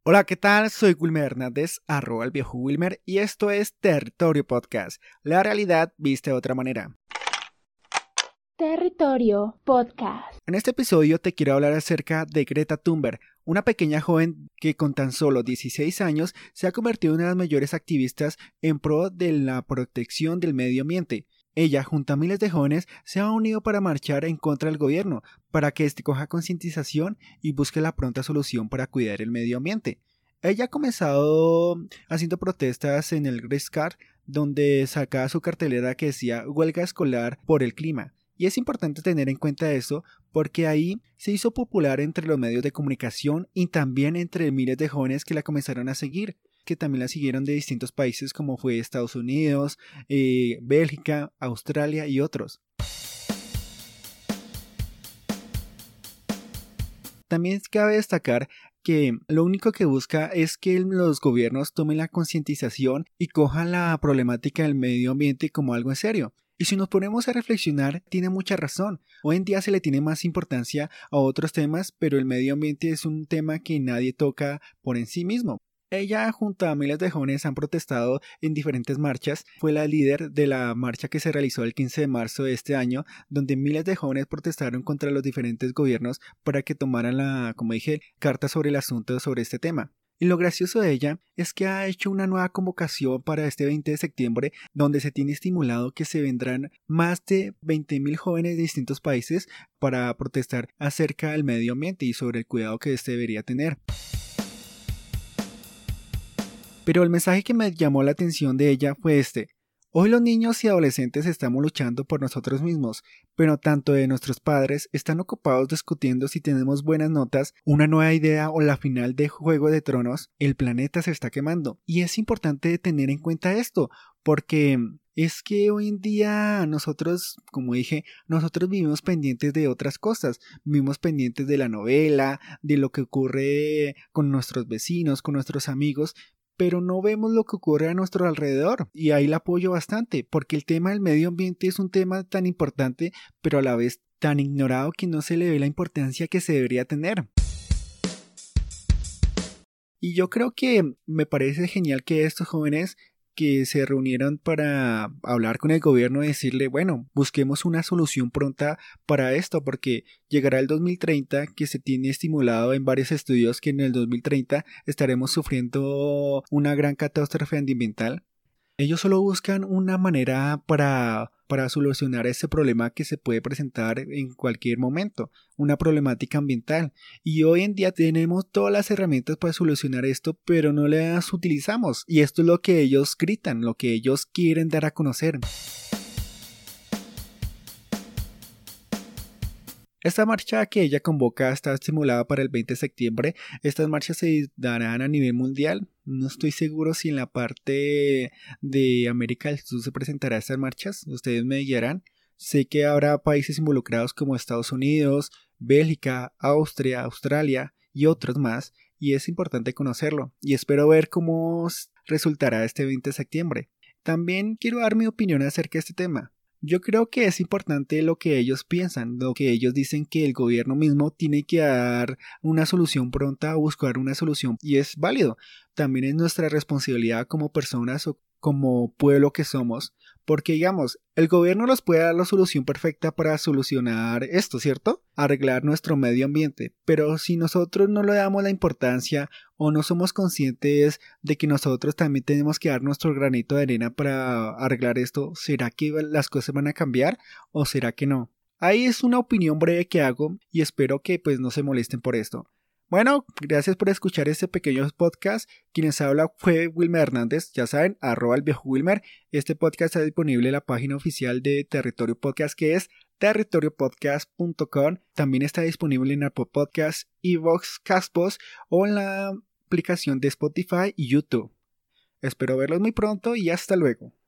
Hola, ¿qué tal? Soy Wilmer Hernández, @el viejo Wilmer, y esto es Territorio Podcast, la realidad vista de otra manera. Territorio Podcast. En este episodio te quiero hablar acerca de Greta Thunberg, una pequeña joven que con tan solo 16 años se ha convertido en una de las mayores activistas en pro de la protección del medio ambiente. Ella, junto a miles de jóvenes, se han unido para marchar en contra del gobierno, para que éste coja concientización y busque la pronta solución para cuidar el medio ambiente. Ella ha comenzado haciendo protestas en el Reichstag, donde sacaba su cartelera que decía huelga escolar por el clima. Y es importante tener en cuenta eso porque ahí se hizo popular entre los medios de comunicación y también entre miles de jóvenes que la comenzaron a seguir, que también la siguieron de distintos países como fue Estados Unidos, Bélgica, Australia y otros. También cabe destacar que lo único que busca es que los gobiernos tomen la concientización y cojan la problemática del medio ambiente como algo en serio. Y si nos ponemos a reflexionar, tiene mucha razón. Hoy en día se le tiene más importancia a otros temas, pero el medio ambiente es un tema que nadie toca por en sí mismo. Ella junto a miles de jóvenes han protestado en diferentes marchas. Fue la líder de la marcha que se realizó el 15 de marzo de este año, donde miles de jóvenes protestaron contra los diferentes gobiernos para que tomaran como dije, carta sobre el asunto sobre este tema. Y lo gracioso de ella es que ha hecho una nueva convocación para este 20 de septiembre donde se tiene estimulado que se vendrán más de 20.000 jóvenes de distintos países para protestar acerca del medio ambiente y sobre el cuidado que éste debería tener. Pero el mensaje que me llamó la atención de ella fue este. Hoy los niños y adolescentes estamos luchando por nosotros mismos, pero tanto de nuestros padres están ocupados discutiendo si tenemos buenas notas, una nueva idea o la final de Juego de Tronos, el planeta se está quemando. Y es importante tener en cuenta esto, porque es que hoy en día nosotros, como dije, nosotros vivimos pendientes de otras cosas, vivimos pendientes de la novela, de lo que ocurre con nuestros vecinos, con nuestros amigos, pero no vemos lo que ocurre a nuestro alrededor y ahí la apoyo bastante porque el tema del medio ambiente es un tema tan importante pero a la vez tan ignorado que no se le ve la importancia que se debería tener. Y yo creo que me parece genial que estos jóvenes que se reunieron para hablar con el gobierno y decirle, bueno, busquemos una solución pronta para esto, porque llegará el 2030 que se tiene estimulado en varios estudios que en el 2030 estaremos sufriendo una gran catástrofe ambiental. Ellos solo buscan una manera para solucionar ese problema que se puede presentar en cualquier momento, una problemática ambiental. Y hoy en día tenemos todas las herramientas para solucionar esto, pero no las utilizamos. Y esto es lo que ellos gritan, lo que ellos quieren dar a conocer. Esta marcha que ella convoca está estimulada para el 20 de septiembre. Estas marchas se darán a nivel mundial. No estoy seguro si en la parte de América del Sur se presentará estas marchas. Ustedes me guiarán. Sé que habrá países involucrados como Estados Unidos, Bélgica, Austria, Australia y otros más. Y es importante conocerlo. Y espero ver cómo resultará este 20 de septiembre. También quiero dar mi opinión acerca de este tema. Yo creo que es importante lo que ellos piensan, lo que ellos dicen que el gobierno mismo tiene que dar una solución pronta o buscar una solución y es válido. También es nuestra responsabilidad como personas o como pueblo que somos, porque digamos, el gobierno nos puede dar la solución perfecta para solucionar esto, ¿cierto? Arreglar nuestro medio ambiente, pero si nosotros no le damos la importancia o no somos conscientes de que nosotros también tenemos que dar nuestro granito de arena para arreglar esto, ¿será que las cosas van a cambiar o será que no? Ahí es una opinión breve que hago y espero que pues no se molesten por esto. Bueno, gracias por escuchar este pequeño podcast. Quienes habla fue Wilmer Hernández, ya saben, @el viejo Wilmer. Este podcast está disponible en la página oficial de Territorio Podcast que es territoriopodcast.com. También está disponible en Apple Podcasts, iVoox, Castbox o en la aplicación de Spotify y YouTube. Espero verlos muy pronto y hasta luego.